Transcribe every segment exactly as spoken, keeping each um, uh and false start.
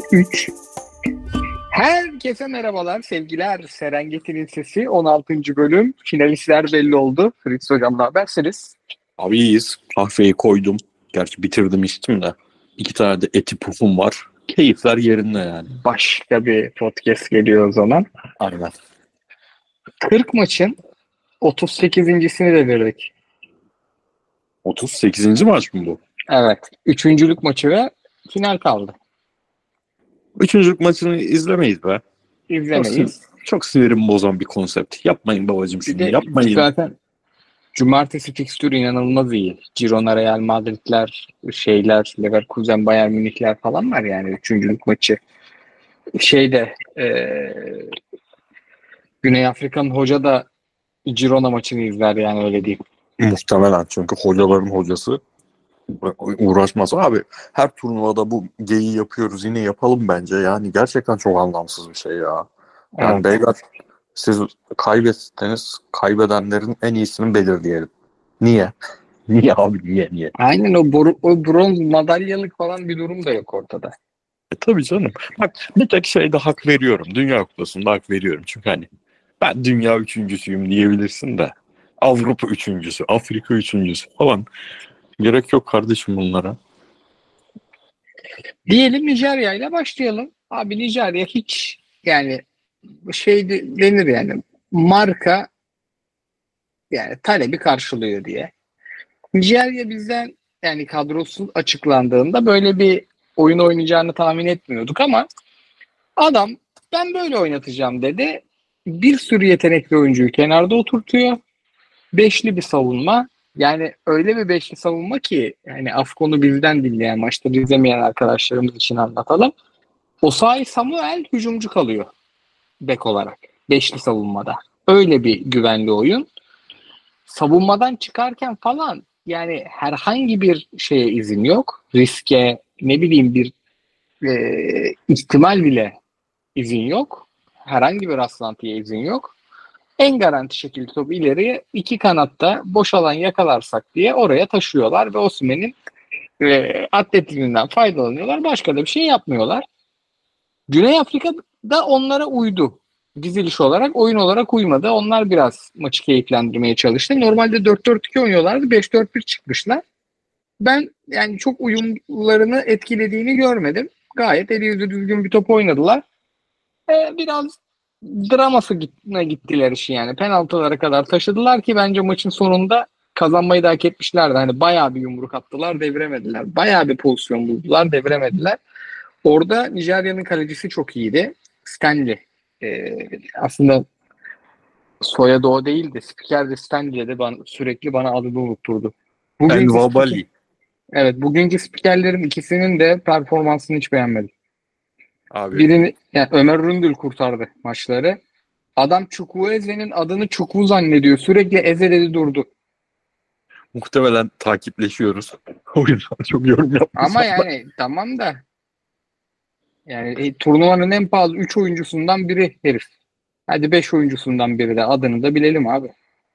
üç. Herkese merhabalar, sevgiler. Serengeti'nin Sesi on altıncı bölüm. Finalistler belli oldu. Fritz Hocam, ne habersiniz? Abi iyiyiz. Kahveyi koydum. Gerçi bitirdim içtim de. İki tane de eti pufum var. Keyifler yerinde yani. Başka bir podcast geliyor o zaman. Aynen. kırk maçın otuz sekizincisini de verdik. otuz sekizinci maç mı bu? Evet. Üçüncülük maçı ve final kaldı. Üçüncülük maçını izlemeyiz be. İzlemeyiz. Çok, çok sinirimi bozan bir konsept. Yapmayın babacığım Bir şunu. de Yapmayın. zaten cumartesi fikstürü inanılmaz iyi. Girona, Real Madridler, şeyler, Leverkusen, Bayern Münihler falan var yani üçüncülük maçı. Şeyde eee Güney Afrika'nın hoca da Girona maçını izler yani, öyle diyeyim. Muhtemelen, çünkü hocaların hocası uğraşmaz. Abi her turnuvada bu geyiği yapıyoruz, yine yapalım bence. Yani gerçekten çok anlamsız bir şey ya. Yani Evet. beyler, siz kaybettiniz, kaybedenlerin en iyisini belirleyelim. Niye? Niye abi, niye niye? Aynen, o, boru, o bronz madalyalık falan bir durum da yok ortada. E, tabii canım. Bak, bir tek şeyde hak veriyorum. Dünya Kupası'nda hak veriyorum. Çünkü hani ben dünya üçüncüsüyüm diyebilirsin de Avrupa üçüncüsü, Afrika üçüncüsü falan. Gerek yok kardeşim bunlara. Diyelim Nijerya ile başlayalım. Abi Nijerya hiç yani şey de- denir yani, marka yani talebi karşılıyor diye. Nijerya bizden yani kadrosu açıklandığında böyle bir oyun oynayacağını tahmin etmiyorduk ama adam ben böyle oynatacağım dedi. Bir sürü yetenekli oyuncuyu kenarda oturtuyor. Beşli bir savunma. Yani öyle bir beşli savunma ki yani Afkon'u bizden dinleyen, maçları izlemeyen arkadaşlarımız için anlatalım. Osayi Samuel hücumcu kalıyor bek olarak. Beşli savunmada. Öyle bir güvenli oyun. Savunmadan çıkarken falan yani herhangi bir şeye izin yok. Riske, ne bileyim, bir e, ihtimal bile izin yok. Herhangi bir rastlantıya izin yok. En garanti şekilde topu ileriye iki kanatta boş alan yakalarsak diye oraya taşıyorlar ve Osimhen'in e, atletizminden faydalanıyorlar. Başka da bir şey yapmıyorlar. Güney Afrika da onlara uydu. Diziliş olarak, oyun olarak uymadı. Onlar biraz maçı keyiflendirmeye çalıştı. Normalde dört dört iki oynuyorlardı. beş dört bir çıkmışlar. Ben yani çok uyumlarını etkilediğini görmedim. Gayet eli yüzü düzgün bir top oynadılar. Ee, biraz draması gitme gittiler işi yani. Penaltılara kadar taşıdılar ki bence maçın sonunda kazanmayı da hak etmişlerdi. Hani bayağı bir yumruk attılar, deviremediler. Bayağı bir pozisyon buldular, deviremediler. Orada Nijerya'nın kalecisi çok iyiydi. Stanley. Ee, aslında soyadı o değil de spiker de Stanley de bana, sürekli bana adını unutturdu. Bugünkü spiker, Envabali. evet, bugünkü spikerlerin ikisinin de performansını hiç beğenmedim. Abi Birini yani Ömer Ründül kurtardı maçları. Adam Chukwueze'nin adını Çukwu zannediyor. Sürekli Eze dedi durdu. muhtemelen takipleşiyoruz. O yüzden çok yorum Ama yapmayacağım ben. yani tamam da yani e, turnuvanın en pahalı üç oyuncusundan biri herif. Hadi beş oyuncusundan biri de, adını da bilelim abi.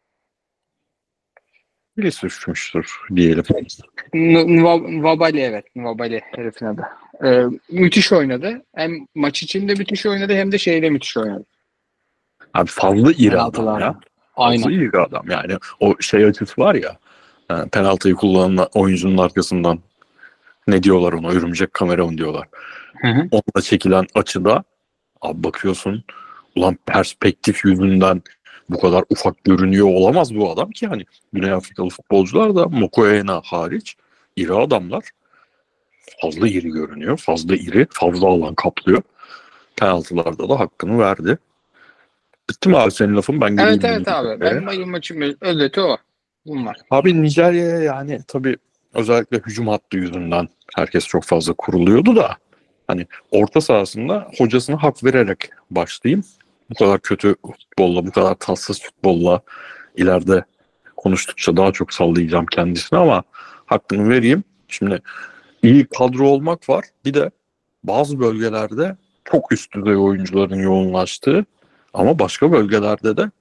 Biri suçmuştur diyelim. Nwabali, evet. Nwabali herifin adı. Ee, müthiş oynadı. Hem maç içinde müthiş oynadı hem de şeyde müthiş oynadı. Abi fazla iri adam ya. Penaltılarda. Fazla Aynen. iri adam yani. O şey açısı var ya. Yani penaltıyı kullanan oyuncunun arkasından, ne diyorlar ona? Örümcek kamera mı diyorlar. Hı hı. Onunla çekilen açıda abi bakıyorsun, ulan perspektif yüzünden bu kadar ufak görünüyor olamaz bu adam ki, hani Güney Afrikalı futbolcular da Mokoena hariç iri adamlar, fazla iri görünüyor. Fazla iri, fazla alan kaplıyor. Penaltılarda da hakkını verdi. Bitti mi abi senin lafın? Ben Evet geleyim evet abi. benim. Ben bayım maçım özeti o. Bunlar. Abi Nijerya'ya yani tabii özellikle hücum hattı yüzünden herkes çok fazla kuruluyordu da hani orta sahasında hocasına hak vererek başlayayım. Bu kadar kötü futbolla, bu kadar tatsız futbolla ileride konuştukça daha çok sallayacağım kendisine ama hakkını vereyim. Şimdi iyi kadro olmak var. Bir de bazı bölgelerde çok üst düzey oyuncuların yoğunlaştığı ama başka bölgelerde de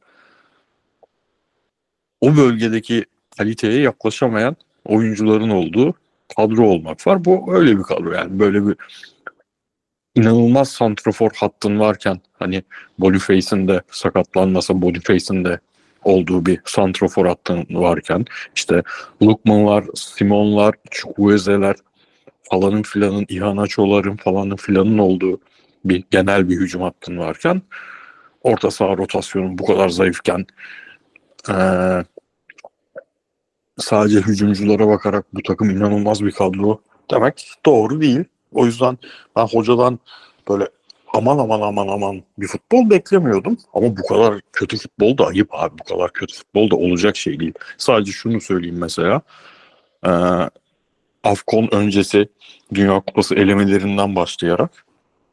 o bölgedeki kaliteye yaklaşamayan oyuncuların olduğu kadro olmak var. Bu öyle bir kadro yani, böyle bir inanılmaz santrafor hattın varken, hani Boniface'in de sakatlanmasa Boniface'in de olduğu bir santrafor hattın varken, işte Lookman var, Simon var, Chukwueze'ler falanın filanın, İheanacho'ların falanın filanın olduğu bir genel bir hücum hattın varken, orta saha rotasyonun bu kadar zayıfken ee, sadece hücumculara bakarak bu takım inanılmaz bir kadro demek doğru değil. O yüzden ben hocadan böyle aman aman aman aman bir futbol beklemiyordum. Ama bu kadar kötü futbol da ayıp abi. Bu kadar kötü futbol da olacak şey değil. Sadece şunu söyleyeyim mesela. Ee, AFCON öncesi Dünya Kupası elemelerinden başlayarak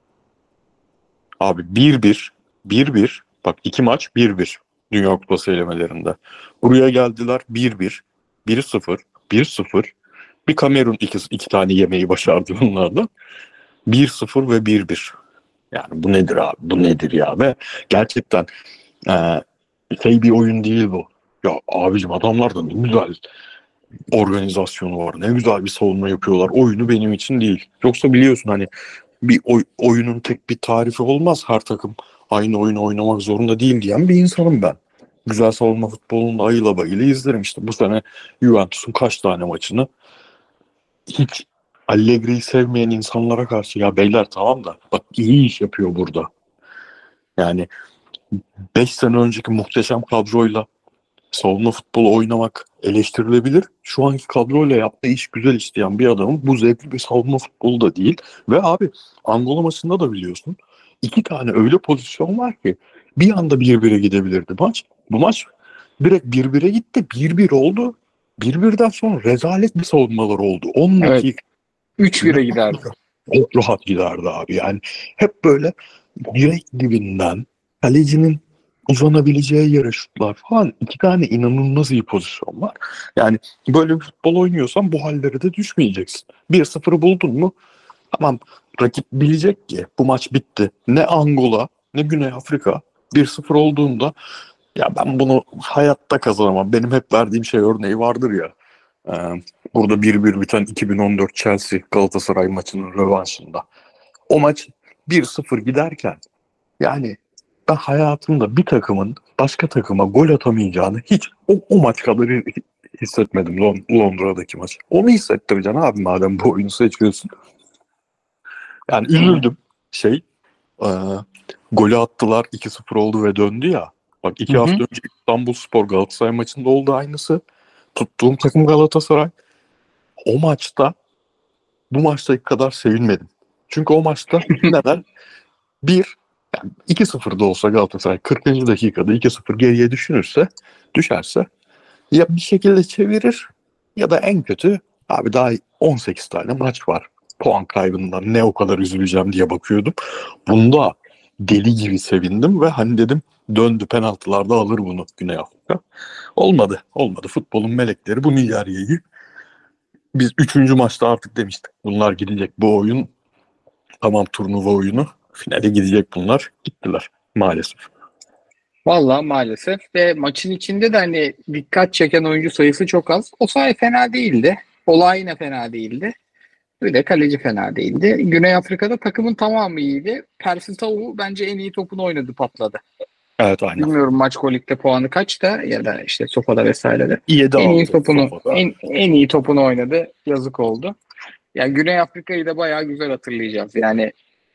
abi bir bir bir bir bak iki maç bir bir Dünya Kupası elemelerinde. Buraya geldiler bir bir bir sıfır bir sıfır bir Kamerun iki, iki tane yemeği başardı onlarda. bir sıfır ve bir bir. Yani bu nedir abi? Bu nedir ya? Ve gerçekten e, şey bir oyun değil bu. Ya abicim adamlarda ne güzel organizasyonu var. Ne güzel bir savunma yapıyorlar. Oyunu benim için değil. Yoksa biliyorsun hani bir oy, oyunun tek bir tarifi olmaz. Her takım aynı oyunu oynamak zorunda değil diyen bir insanım ben. Güzel savunma futbolunu ayıla bayıla izlerim işte. Bu sene Juventus'un kaç tane maçını hiç Allegri'yi sevmeyen insanlara karşı, ya beyler tamam da bak iyi iş yapıyor burada. Yani beş sene önceki muhteşem kadroyla savunma futbolu oynamak eleştirilebilir. Şu anki kadroyla yaptığı iş güzel isteyen bir adamın bu zevkli bir savunma futbolu da değil. Ve abi Angola maçında da biliyorsun iki tane öyle pozisyon var ki bir anda bir bire gidebilirdi maç. Bu maç direkt bir bire gitti. bir bir oldu. bir birden sonra rezalet bir savunmalar oldu. on Evet. dakika üç bire giderdi. çok rahat giderdi abi. Yani hep böyle direk dibinden kalecinin uzanabileceği yere şutlar falan. İki tane inanılmaz iyi pozisyon var. Yani böyle bir futbol oynuyorsan bu hallere de düşmeyeceksin. bir sıfırı buldun mu tamam, rakip bilecek ki bu maç bitti. Ne Angola ne Güney Afrika bir sıfır olduğunda ya ben bunu hayatta kazanamam. Benim hep verdiğim şey örneği vardır ya. Ee, burada bir bir biten iki bin on dört Chelsea Galatasaray maçının rövanşında. O maç bir sıfır giderken yani ben hayatımda bir takımın başka takıma gol atamayacağını hiç o, o maç kadar hissetmedim, Londra'daki maç. Onu hissettireceksin abi madem bu oyunu seçiyorsun. Yani üzüldüm. Şey e, golü attılar, iki sıfır oldu ve döndü ya. Bak iki Hı hı. hafta önce İstanbulspor Galatasaray maçında oldu aynısı. Tuttuğum takım Galatasaray. O maçta bu maçtaki kadar sevinmedim. Çünkü o maçta neden? Bir, yani iki sıfır da olsa Galatasaray kırkıncı dakikada iki sıfır geriye düşünürse, düşerse ya bir şekilde çevirir ya da en kötü abi daha on sekiz tane maç var. Puan kaybından ne o kadar üzüleceğim diye bakıyordum. Bunda deli gibi sevindim ve hani dedim döndü penaltılarda alır bunu Güney Afrika. Olmadı. Olmadı. Futbolun melekleri bu Nijerya'yı biz üçüncü maçta artık demiştik. Bunlar gidecek bu oyun. Tamam turnuva oyunu. Finale gidecek bunlar. Gittiler maalesef. Vallahi maalesef ve maçın içinde de hani dikkat çeken oyuncu sayısı çok az. O sayı fena değildi. Olay yine fena değildi. Bir de kaleci fena değildi. Güney Afrika'da takımın tamamı iyiydi. Persil Tau bence en iyi topunu oynadı, patladı. Evet aynen. Bilmiyorum maç golikte puanı kaçta ya da işte Sofa'da vesairede. yedi En iyi aldı topunu Sofa'da. en, en iyi topunu oynadı. Yazık oldu. Yani Güney Afrika'yı da bayağı güzel hatırlayacağız. Yani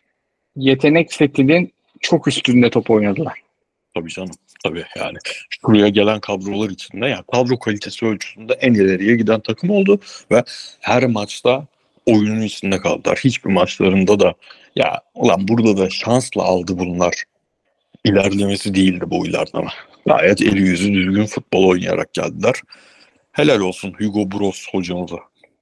yetenek setinin çok üstünde top oynadılar. Tabii canım. Tabii yani. Şuraya gelen kadrolar içinde yani kadro kalitesi ölçüsünde en ileriye giden takım oldu ve her maçta oyunun içinde kaldılar. Hiçbir maçlarında da ya ulan burada da şansla aldı bunlar ilerlemesi değildi bu ilerleme. Gayet eli yüzü düzgün futbol oynayarak geldiler. Helal olsun Hugo Bros hocamıza.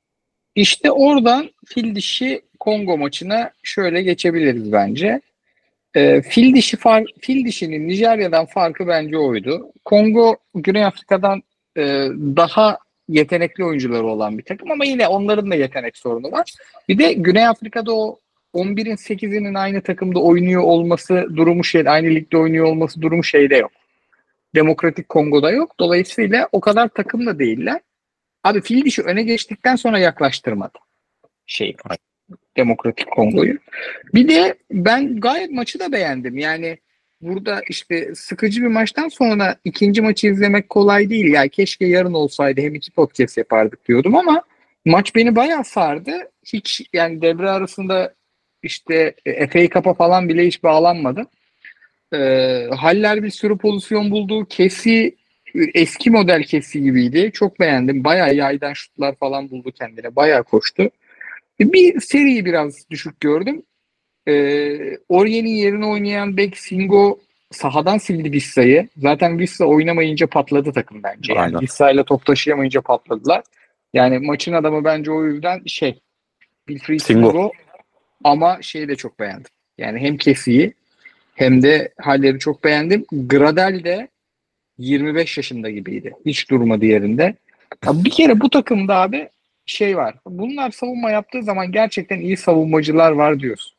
İşte oradan fil dişi Kongo maçına şöyle geçebiliriz bence. E, fil dişi far, fil dişinin Nijerya'dan farkı bence oydu. Kongo Güney Afrika'dan e, daha yetenekli oyuncuları olan bir takım ama yine onların da yetenek sorunu var. Bir de Güney Afrika'da o on birin sekizinin aynı takımda oynuyor olması durumu şey, aynı ligde oynuyor olması durumu şeyde yok. Demokratik Kongo'da yok. Dolayısıyla o kadar takım da değiller. Abi fil dişi öne geçtikten sonra yaklaştırmadı şey. Demokratik Kongo'yu. Bir de ben gayet maçı da beğendim. Yani burada işte sıkıcı bir maçtan sonra ikinci maçı izlemek kolay değil. Ya keşke yarın olsaydı hem iki podcast yapardık diyordum ama maç beni bayağı sardı. Hiç yani devre arasında işte F A Cup'a falan bile hiç bağlanmadım. Ee, Haller bir sürü pozisyon buldu. Kesi eski model Kesi gibiydi. Çok beğendim. Bayağı yaydan şutlar falan buldu kendine. Bayağı koştu. Bir seriyi biraz düşük gördüm. Ee, Oriye'nin yerine oynayan Bek Singo sahadan sildi Vissa'yı. Zaten Vissa oynamayınca patladı takım bence. Yani Aynen. Vissa ile top taşıyamayınca patladılar. Yani maçın adamı bence o yüzden şey Wilfried Singo. Singo ama şeyi de çok beğendim. Yani hem Kesi'yi hem de Haller'i çok beğendim. Gradel de yirmi beş yaşında gibiydi. Hiç durmadı yerinde. Ya bir kere bu takımda abi şey var. Bunlar savunma yaptığı zaman gerçekten iyi savunmacılar var diyorsun.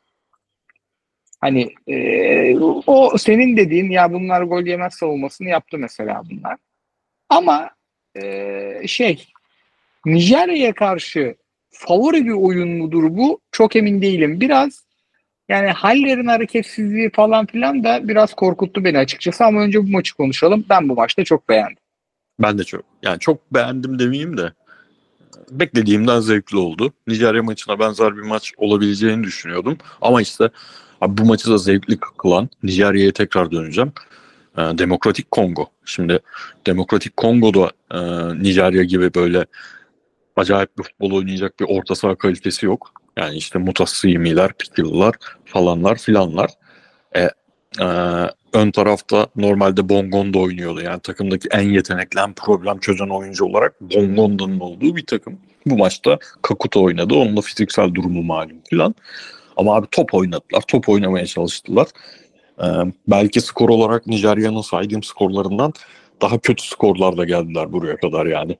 Hani e, o senin dediğin ya bunlar gol yemez savunmasını yaptı mesela bunlar. Ama e, şey Nijerya'ya karşı favori bir oyun mudur bu? Çok emin değilim. Biraz yani Haller'in hareketsizliği falan filan da biraz korkuttu beni açıkçası ama önce bu maçı konuşalım. Ben bu maçta çok beğendim. Ben de çok yani çok beğendim demeyeyim de beklediğimden zevkli oldu. Nijerya maçına benzer bir maç olabileceğini düşünüyordum. Ama işte abi bu maçı da zevkli kılan Nijerya'ya tekrar döneceğim. Ee, Demokratik Kongo. Şimdi Demokratik Kongo'da e, Nijerya gibi böyle acayip bir futbol oynayacak bir orta saha kalitesi yok. Yani işte Mutasimiler, Pikil'ler falanlar filanlar. E, e, ön tarafta normalde Bongonda oynuyordu. Yani takımdaki en yetenekli, en problem çözen oyuncu olarak Bongonda'nın olduğu bir takım. Bu maçta Kakuta oynadı. Onun da fiziksel durumu malum filan. Ama abi top oynadılar. Top oynamaya çalıştılar. E, belki skor olarak Nijerya'nın saydığım skorlarından daha kötü skorlarla geldiler buraya kadar yani.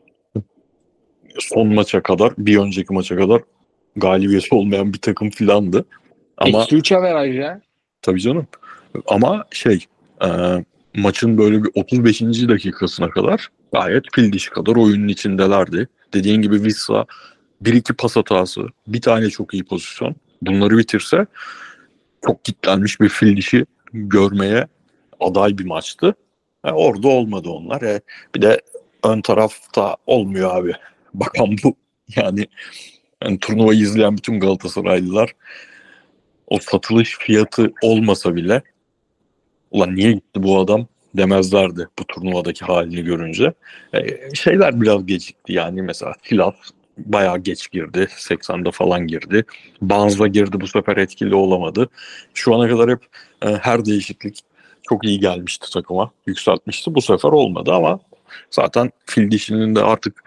Son maça kadar, bir önceki maça kadar galibiyeti olmayan bir takım filandı. Ama Eksi üç averaj ya. tabii canım. Ama şey e, maçın böyle bir otuz beşinci dakikasına kadar gayet fil dişi kadar oyunun içindelerdi. Dediğin gibi Vissa bir iki pas hatası, bir tane çok iyi pozisyon. Bunları bitirse çok kitlenmiş bir fil dişi görmeye aday bir maçtı. E, orada olmadı onlar. E, bir de ön tarafta olmuyor abi. Bakan bu. Yani, yani turnuvayı izleyen bütün Galatasaraylılar o satılış fiyatı olmasa bile ulan niye gitti bu adam demezlerdi bu turnuvadaki halini görünce. E, şeyler biraz gecikti yani mesela Silas bayağı geç girdi. seksende falan girdi. Banza girdi bu sefer etkili olamadı. Şu ana kadar hep e, her değişiklik çok iyi gelmişti takıma. Yükseltmişti. Bu sefer olmadı ama zaten fil dişinin de artık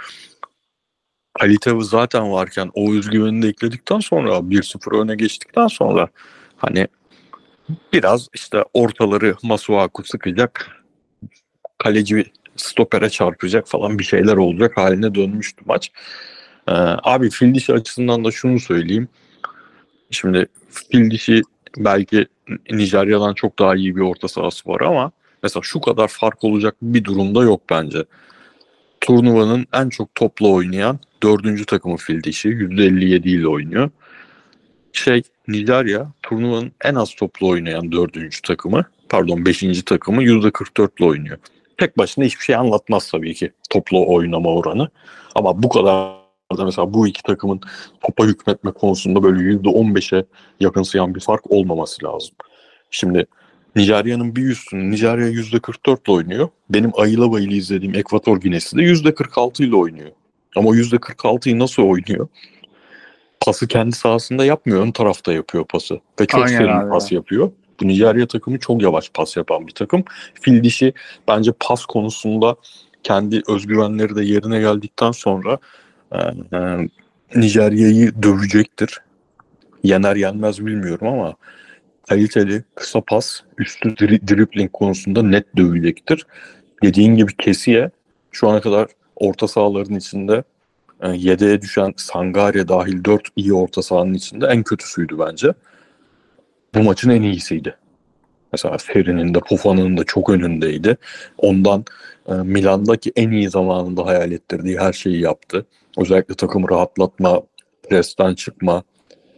kalite zaten varken o özgüveni de ekledikten sonra bir sıfır öne geçtikten sonra hani biraz işte ortaları Masuaku sıkacak, kaleci stopere çarpacak falan bir şeyler olacak haline dönmüştü maç. Ee, abi fil dişi açısından da şunu söyleyeyim. Şimdi fil dişi belki Nijerya'dan çok daha iyi bir orta sahası var ama mesela şu kadar fark olacak bir durumda yok bence. Turnuvanın en çok topla oynayan dördüncü takımı fil dişi. yüzde elli yedi ile oynuyor. Şey Nijerya turnuvanın en az toplu oynayan dördüncü takımı, pardon beşinci takımı yüzde kırk dört ile oynuyor. Tek başına hiçbir şey anlatmaz tabii ki toplu oynama oranı. Ama bu kadar da mesela bu iki takımın topa hükmetme konusunda böyle yüzde on beşe yakınsayan bir fark olmaması lazım. Şimdi Nijerya'nın bir üstünü Nijerya yüzde kırk dört ile oynuyor. Benim ayıla bayıla izlediğim Ekvator Ginesi de yüzde kırk altı ile oynuyor. Ama o yüzde kırk altıyı nasıl oynuyor? Pası kendi sahasında yapmıyor. Ön tarafta yapıyor pası. Ve çok Aynen seri abi. pas yapıyor. Bu Nijerya takımı çok yavaş pas yapan bir takım. Fil dişi bence pas konusunda kendi özgüvenleri de yerine geldikten sonra e, e, Nijerya'yı dövecektir. Yener yenmez bilmiyorum ama kaliteli, kısa pas, üstü dri- dribbling konusunda net dövecektir. Dediğin gibi Kesiye şu ana kadar orta sahaların içinde e, yedeğe düşen Sangare dahil dört iyi orta sahanın içinde en kötüsüydü bence. Bu maçın en iyisiydi. Mesela Feri'nin de Fofan'ın da çok önündeydi. Ondan e, Milan'daki en iyi zamanında hayal ettirdiği her şeyi yaptı. Özellikle takımı rahatlatma, presten çıkma.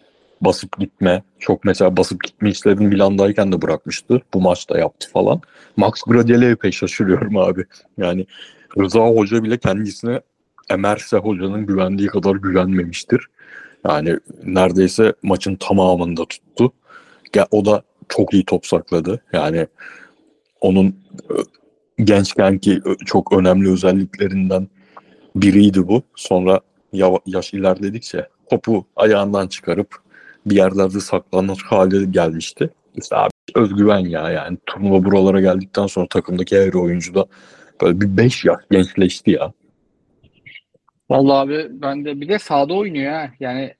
basıp gitme. Çok mesela basıp gitme işlerini Milan'dayken de bırakmıştı. Bu maçta yaptı falan. Max Gradel'e epey şaşırıyorum abi. Yani Rıza Hoca bile kendisine Emerse Hoca'nın güvendiği kadar güvenmemiştir. Yani neredeyse maçın tamamında tuttu. Ya, o da çok iyi top sakladı. Yani onun e, gençkenki e, çok önemli özelliklerinden biriydi bu. Sonra yava- yaş ilerledikçe topu ayağından çıkarıp bir yerlerde saklanır hale gelmişti. İşte abi özgüven ya, yani turnuva buralara geldikten sonra takımdaki her oyuncu da böyle bir beş yaş gençleşti ya. Vallahi abi ben de bir de sahada oynuyor ha. Yani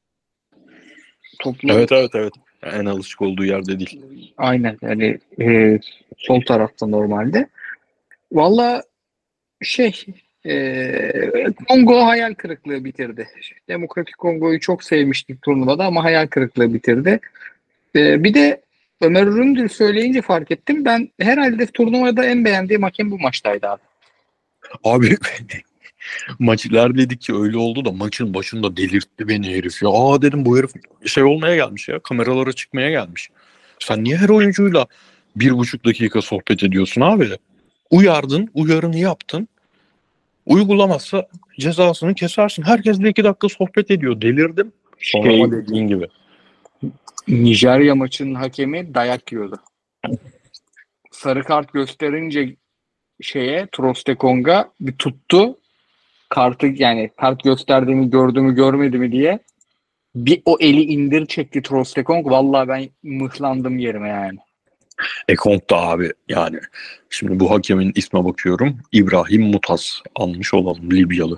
toplu Evet, evet, evet. En alışık olduğu yerde değil. aynen yani e, sol tarafta normalde. Vallahi şey e, Kongo hayal kırıklığı bitirdi. Demokratik Kongo'yu çok sevmiştik turnuvada ama hayal kırıklığı bitirdi. E, bir de Ömer Üründül söyleyince fark ettim. Ben herhalde turnuvada en beğendiğim hakem bu maçtaydı abi. Abi maç ilerledikçe öyle oldu da maçın başında delirtti beni herif ya. Aa dedim, bu herif şey olmaya gelmiş ya, kameralara çıkmaya gelmiş. Sen niye her oyuncuyla bir buçuk dakika sohbet ediyorsun abi? Uyardın, uyarını yaptın. Uygulamazsa cezasını kesersin. Herkes de iki dakika sohbet ediyor. Delirdim. Sonra ama Şey dediğin gibi. Nijerya maçının hakemi dayak yiyordu. Sarı kart gösterince şeye Trostekonga bir tuttu. Kartı yani kart gösterdiğimi gördü mü görmedi mi diye bir o eli indir çekti Trostekong. Vallahi ben mıhlandım yerime yani. Ekong da abi yani. Şimdi bu hakemin isme bakıyorum. İbrahim Mutas almış olalım, Libyalı.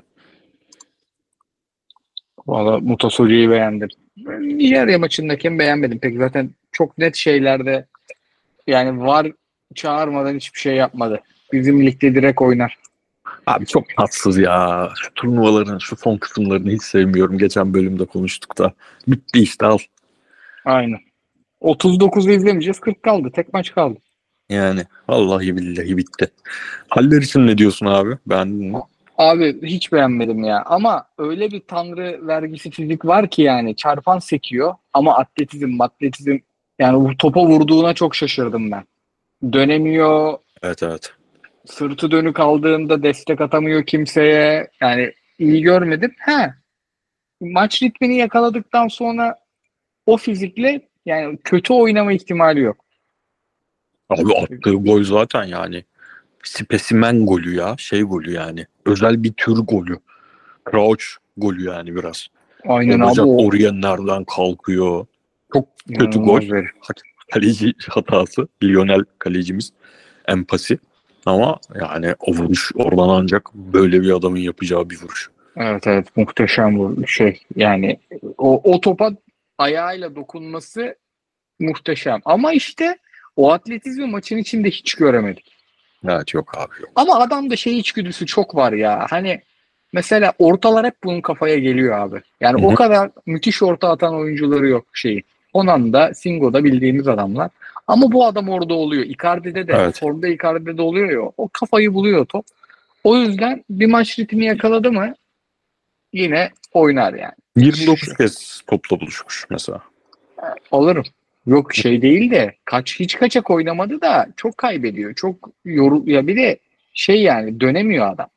Valla Mutas Hoca'yı beğendim. Ben Nijerya maçındaki beğenmedim pek. Zaten çok net şeylerde yani var çağırmadan hiçbir şey yapmadı. Bizim ligde direkt oynar. Abi çok tatsız ya. Şu turnuvaların şu son kısımlarını hiç sevmiyorum. Geçen bölümde konuştuk da. Bitti işte, al. Aynen. otuz dokuzu izlemeyeceğiz. kırk kaldı. Tek maç kaldı. Yani vallahi billahi bitti. Haller için ne diyorsun abi? Beğendin mi? Abi hiç beğenmedim ya. Ama öyle bir tanrı vergisi fizik var ki yani çarpan sekiyor ama atletizm, atletizm yani bu topa vurduğuna çok şaşırdım ben. Dönemiyor, Evet, evet. sırtı dönük kaldığında destek atamıyor kimseye. Yani iyi görmedim. He, maç ritmini yakaladıktan sonra o fizikle yani kötü oynama ihtimali yok. Abi attığı gol zaten yani. Spesimen golü ya. Şey golü yani. Özel bir tür golü. Crouch golü yani biraz. Aynen O abi bacak o oraya nereden kalkıyor? Çok kötü gol. inanılmaz bir. Kaleci hatası. Lionel kalecimiz. Empati. Ama yani o vuruş oradan ancak böyle bir adamın yapacağı bir vuruş. Evet evet muhteşem bu şey yani o, o topa ayağıyla dokunması muhteşem. Ama işte o atletizmi maçın içinde hiç göremedik. Evet, yok abi, yok. Ama adamda şey içgüdüsü çok var ya. Hani mesela ortalar hep bunun kafaya geliyor abi. Yani Hı o hı. kadar müthiş orta atan oyuncuları yok şeyin. Onan'da, Singo'da bildiğimiz adamlar. Ama bu adam orada oluyor. Icardi'de de, Evet. formda Icardi'de de oluyor ya. O kafayı buluyor top. O yüzden bir maç ritmi yakaladı mı yine oynar yani. yirmi dokuz Hiç kez topla buluşmuş mesela. alırım. Yok şey değil de kaç hiç kaçak oynamadı da çok kaybediyor. Çok yorul ya bir de şey yani dönemiyor adam.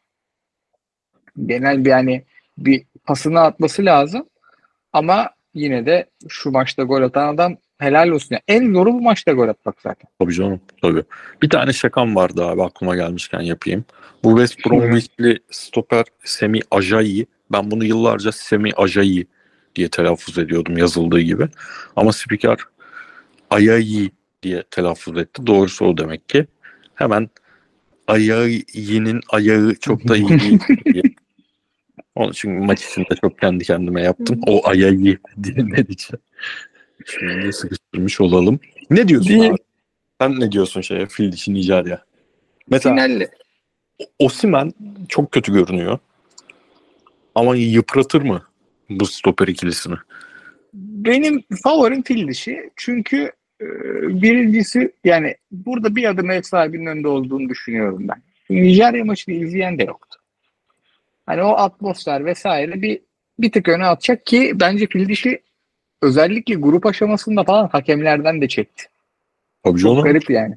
Genel bir hani bir pasını atması lazım ama yine de şu maçta gol atan adam helal olsun. Yani en zoru bu maçta gol atmak zaten. Tabii canım, tabii. Bir tane şakam vardı abi, aklıma gelmişken yapayım. Bu West Buyurun. Bromwich'li stoper Semi Ajayi. Ben bunu yıllarca Semi Ajayi diye telaffuz ediyordum yazıldığı gibi. Ama spiker Ayayi diye telaffuz etti. Doğrusu o demek ki. Hemen Ayayi'nin ayağı çok da iyi değil diye. Onun için maç içinde çok kendi kendime yaptım. O Ayayi dedikçe. Şimdi de sıkıştırmış olalım. Ne diyorsun Değil. abi? Sen ne diyorsun şeye, fil dişi Nijerya? Mesela Finalle. Osimhen çok kötü görünüyor. Ama yıpratır mı bu stoper ikilisini? Benim favorim fil dişi. Çünkü e, birincisi yani burada bir adım ev sahibinin önünde olduğunu düşünüyorum ben. Nijerya maçını izleyen de yoktu. Hani o atmosfer vesaire bir bir tık öne atacak ki bence fil dişi özellikle grup aşamasında falan hakemlerden de çekti. Tabii Çok canım. garip yani.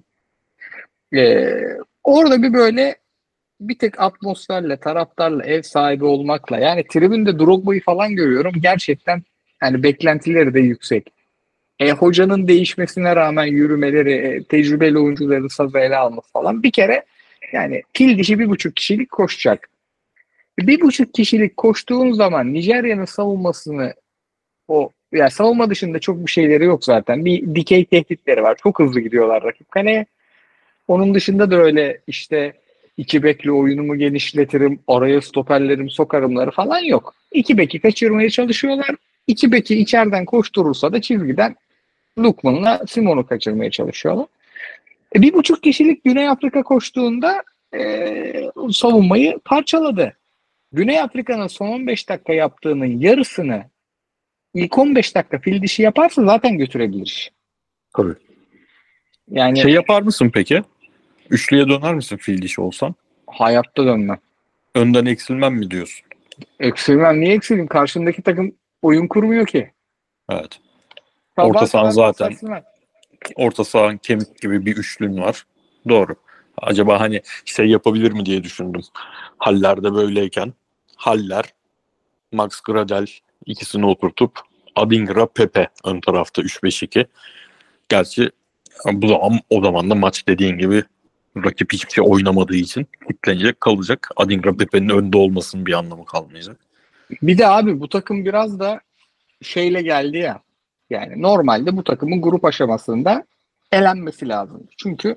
Ee, Orada bir böyle bir tek atmosferle, taraftarla, ev sahibi olmakla, yani tribünde Drogba'yı falan görüyorum. Gerçekten yani beklentileri de yüksek. E, hocanın değişmesine rağmen yürümeleri, e, tecrübeli oyuncuları sazı ele alması falan. Bir kere yani fil dişi bir buçuk kişilik koşacak. Bir buçuk kişilik koştuğun zaman Nijerya'nın savunmasını, o yani savunma dışında çok bir şeyleri yok zaten. Bir dikey tehditleri var. Çok hızlı gidiyorlar rakip kaleye. Onun dışında da öyle işte iki bekli oyunumu genişletirim, araya stoperlerimi sokarımları falan yok. İki beki kaçırmaya çalışıyorlar. İki beki içeriden koşturursa da çizgiden Lukman'la Simon'u kaçırmaya çalışıyorlar. E, bir buçuk kişilik Güney Afrika koştuğunda e, savunmayı parçaladı. Güney Afrika'nın son on beş dakika yaptığının yarısını ilk on beş dakika fil dişi yaparsa zaten götürebilir. Tabii. Yani Şey yapar mısın peki? Üçlüye döner misin fil dişi olsan? hayatta dönmem. Önden eksilmem mi diyorsun? Eksilmem. Niye eksileyim? Karşımdaki takım oyun kurmuyor ki. Evet. Orta Sabaha sahan kadar pas zaten versinler. orta sahan kemik gibi bir üçlün var. Doğru. Acaba hani şey yapabilir mi diye düşündüm. Hallerde böyleyken Haller, Max Gradel ikisini oturtup Adingra, Pepe ön tarafta üç beş iki. Gerçi bu zaman o zaman da maç dediğin gibi rakip hiçbir şey oynamadığı için kitlenecek kalacak. Adingra Pepe'nin önde olmasının bir anlamı kalmayacak. Bir de abi bu takım biraz da şeyle geldi ya. Yani normalde bu takımın grup aşamasında elenmesi lazım. Çünkü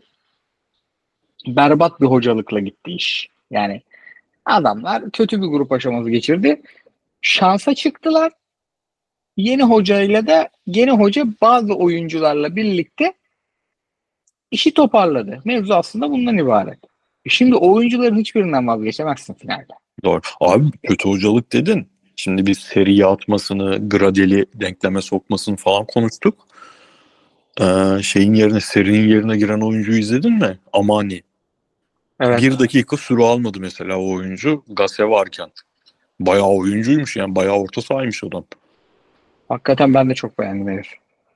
berbat bir hocalıkla gitti iş. Yani adamlar kötü bir grup aşaması geçirdi. Şansa çıktılar. Yeni hocayla da yeni hoca bazı oyuncularla birlikte işi toparladı. Mevzu aslında bundan ibaret. E Şimdi o oyuncuların hiçbirinden vazgeçemezsin finalde. Doğru. Abi kötü hocalık dedin. Şimdi biz seriye atmasını, Gradel'i denkleme sokmasını falan konuştuk. Ee, şeyin yerine, serinin yerine giren oyuncuyu izledin mi? Amani. Evet. Bir dakika süre almadı mesela o oyuncu Gase varken. Bayağı oyuncuymuş yani. Bayağı orta sahaymış adam. Hakikaten ben de çok beğendim herif.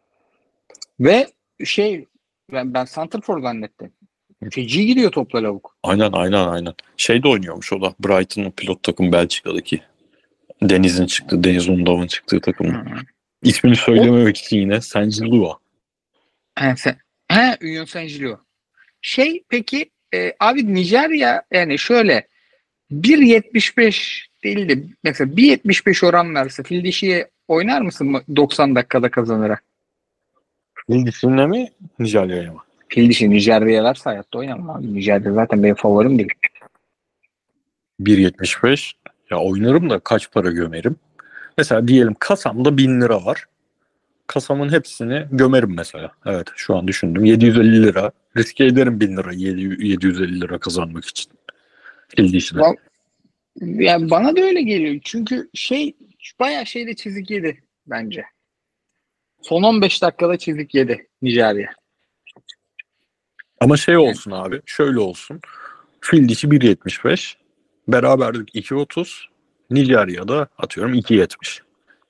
Ve şey ben, ben Santrfor zannettim. Feci gidiyor topla lavuk. Aynen aynen aynen. Şeyde oynuyormuş o da. Brighton'ın pilot takım Belçika'daki. Deniz'in çıktığı, Deniz Undav'ın çıktığı takımın. Hı. İsmini O söylememek için yine Saint-Gilloise. he, sen, he, Union Saint-Gilloise. Şey peki e, abi Nijerya yani şöyle bir yetmiş beş değil de mesela bir yetmiş beş oran verse fil dişiye oynar mısın doksan dakikada kazanarak? Bilgisinde mi? Nijerya'ya mı? Fil dişi Nijerya'ya verse hayatta oynamam abi. Nijerya zaten benim favorim değil. bir yetmiş beş. Ya oynarım da kaç para gömerim? Mesela diyelim kasamda bin lira var. Kasamın hepsini gömerim mesela. Evet şu an düşündüm. yedi yüz elli lira. Riske ederim bin lira. yedi yüz elli lira kazanmak için. Fil dişine. Val- Yani bana da öyle geliyor. Çünkü şey bayağı şeyde çizik yedi bence. Son on beş dakikada çizik yedi Nijerya. Ama şey Yani olsun abi. Şöyle olsun. Fil dişi bir yetmiş beş. Beraberlik iki otuz. Nijerya'da atıyorum iki yetmiş.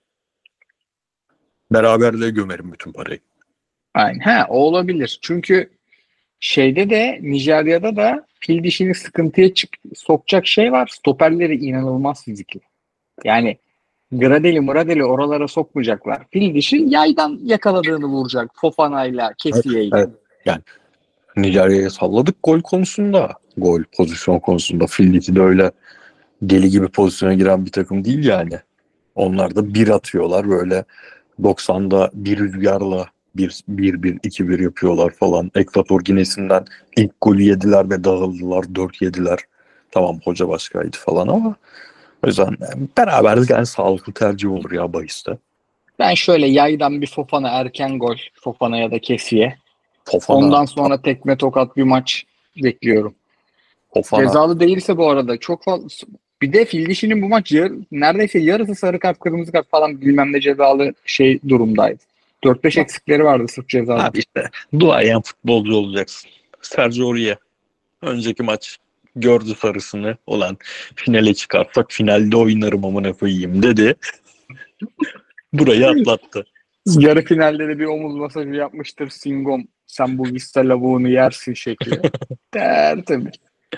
Beraberliğe gömerim bütün parayı. aynen. Ha, o olabilir. Çünkü şeyde de Nijerya'da da fil dişini sıkıntıya çık sokacak şey var. Stoperleri inanılmaz fizikli. Yani Gradeli Muradeli oralara sokmayacaklar. Fil dişi yaydan yakaladığını vuracak. Fofana'yla, Evet. Kessiye'yle. Evet. Yani Nijerya'ya salladık gol konusunda. Gol pozisyon konusunda. Fil dişi de öyle deli gibi pozisyona giren bir takım değil yani. Onlar da bir atıyorlar böyle doksanda bir rüzgarla bir bir bir iki bir yapıyorlar falan. Ekvator Ginesi'nden ilk golü yediler ve dağıldılar. Dört yediler. Tamam hoca başkaydı falan ama o yüzden beraberlik en sağlıklı tercih olur ya bahiste. Ben şöyle yaydan bir Fofana erken gol. Fofana ya da Kessiye. Fofana, Ondan sonra tekme tokat bir maç bekliyorum. Fofana. Cezalı değilse bu arada çok fazla. Bir de fil dişinin bu maç yar, neredeyse yarısı sarı kart kırmızı kart falan bilmem ne cezalı şey durumdaydı. dört beş eksikleri vardı sırf cezalı. Abi işte duayen futbolcu olacaksın. Sergio Aurier önceki maç gördü sarısını. Olan finale çıkarsak finalde oynarım amına koyayım dedi. Burayı atlattı. Yarı finalde de bir omuz masajı yapmıştır Singom. Sen bu Vista lavuğunu yersin şekli. Tertemiz.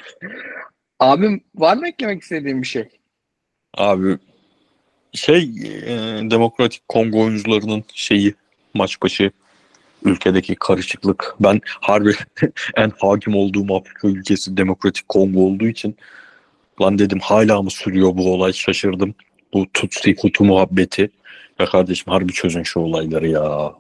Abim var mı eklemek istediğin bir şey? Abi şey e, Demokratik Kongo oyuncularının şeyi maç başı ülkedeki karışıklık. Ben harbi en hakim olduğum Afrika ülkesi Demokratik Kongo olduğu için lan dedim hala mı sürüyor bu olay, şaşırdım. Bu Tutsi Hutu muhabbeti. Ya kardeşim harbi çözün şu olayları ya.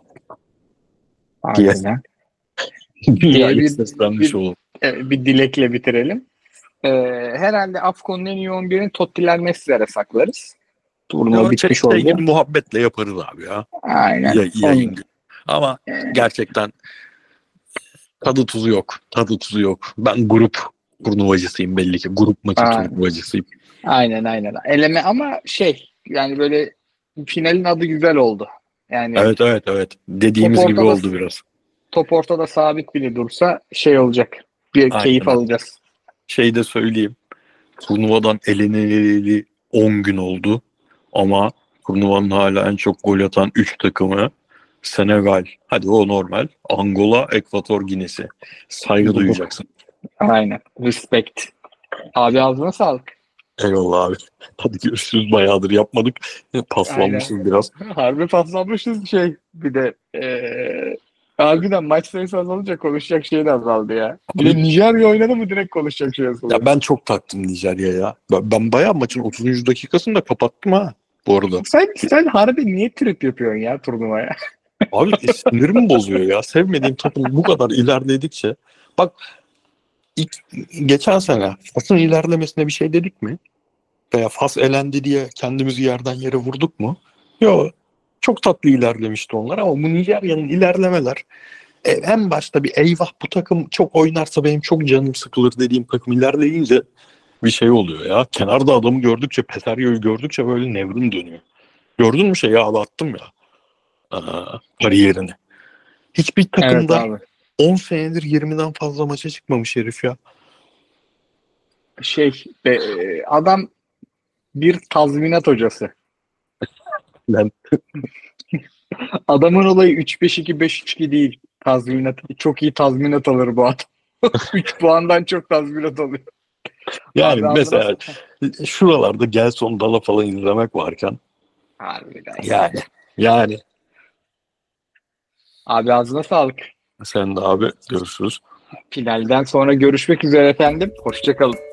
Diye Harbiden. Diye dünyaya bir, seslenmiş bir, olalım. e, bir dilekle bitirelim. Ee, herhalde Afcon'un en iyi on birini Tottiler Messi'lere saklarız. Turnuva Ya şey, bitmiş şey gibi oldu. muhabbetle yaparız abi ya. Aynen. Ya, yayın On, gibi. Ama e, gerçekten tadı tuzu yok. Tadı tuzu yok. Ben grup turnuvacısıyım belli ki. Grup maçı a- turnuvacısıyım. aynen aynen. Eleme ama şey yani böyle finalin adı güzel oldu. Yani Evet evet evet. top Dediğimiz gibi ortada oldu biraz. top ortada sabit bile dursa şey olacak. Bir keyif Aynen. alacağız. Şey de söyleyeyim. Turnuvadan eleneli on gün oldu. Ama turnuvanın hala en çok gol atan üç takımı Senegal. Hadi o normal. Angola, Ekvator Ginesi. Saygı duyacaksın. Aynen. Respect. Abi ağzına sağlık. Eyvallah abi. Hadi görüşürüz. Bayağıdır yapmadık. Aynen. Paslanmışız biraz. Harbi paslanmışız şey. Bir de eee harbiden maç sayısı azalınca konuşacak şey de azaldı ya. Bir de Abi, Nijerya oynadı mı direkt konuşacak şey ya azalıyor. ben çok taktım Nijerya'ya. Ben, ben bayağı maçın otuzuncu dakikasında kapattım ha bu arada. Sen, sen harbi niye trip yapıyorsun ya turnuvaya? Abi e, sinirimi bozuyor ya. Sevmediğim takım bu kadar ilerledikçe. Bak ilk, geçen sene Fas'ın ilerlemesine bir şey dedik mi? Veya Fas elendi diye kendimizi yerden yere vurduk mu? Yok. Çok tatlı ilerlemişti onlar ama bu Nijerya'nın ilerlemeler e, en başta bir eyvah bu takım çok oynarsa benim çok canım sıkılır dediğim takım ilerleyince bir şey oluyor ya. Kenarda adamı gördükçe, Peterio'yu gördükçe böyle nevrim dönüyor. Gördün mü şeyi abi attım ya aa, kariyerini. Hiçbir Evet takımda abi. on senedir yirmiden fazla maça çıkmamış herif ya. Şey e, e, adam bir tazminat hocası. Ben, Adamın olayı üç beş iki beş üç iki değil. Tazminat. Çok iyi tazminat alır bu adam. üç puandan çok tazminat alıyor. yani Abi ağzına mesela sa- şuralarda Gelson Dala falan izlemek varken Harbiden ya. yani yani Abi ağzına sağlık. sen de abi görüşürüz. Finalden sonra görüşmek üzere efendim. Hoşça kalın.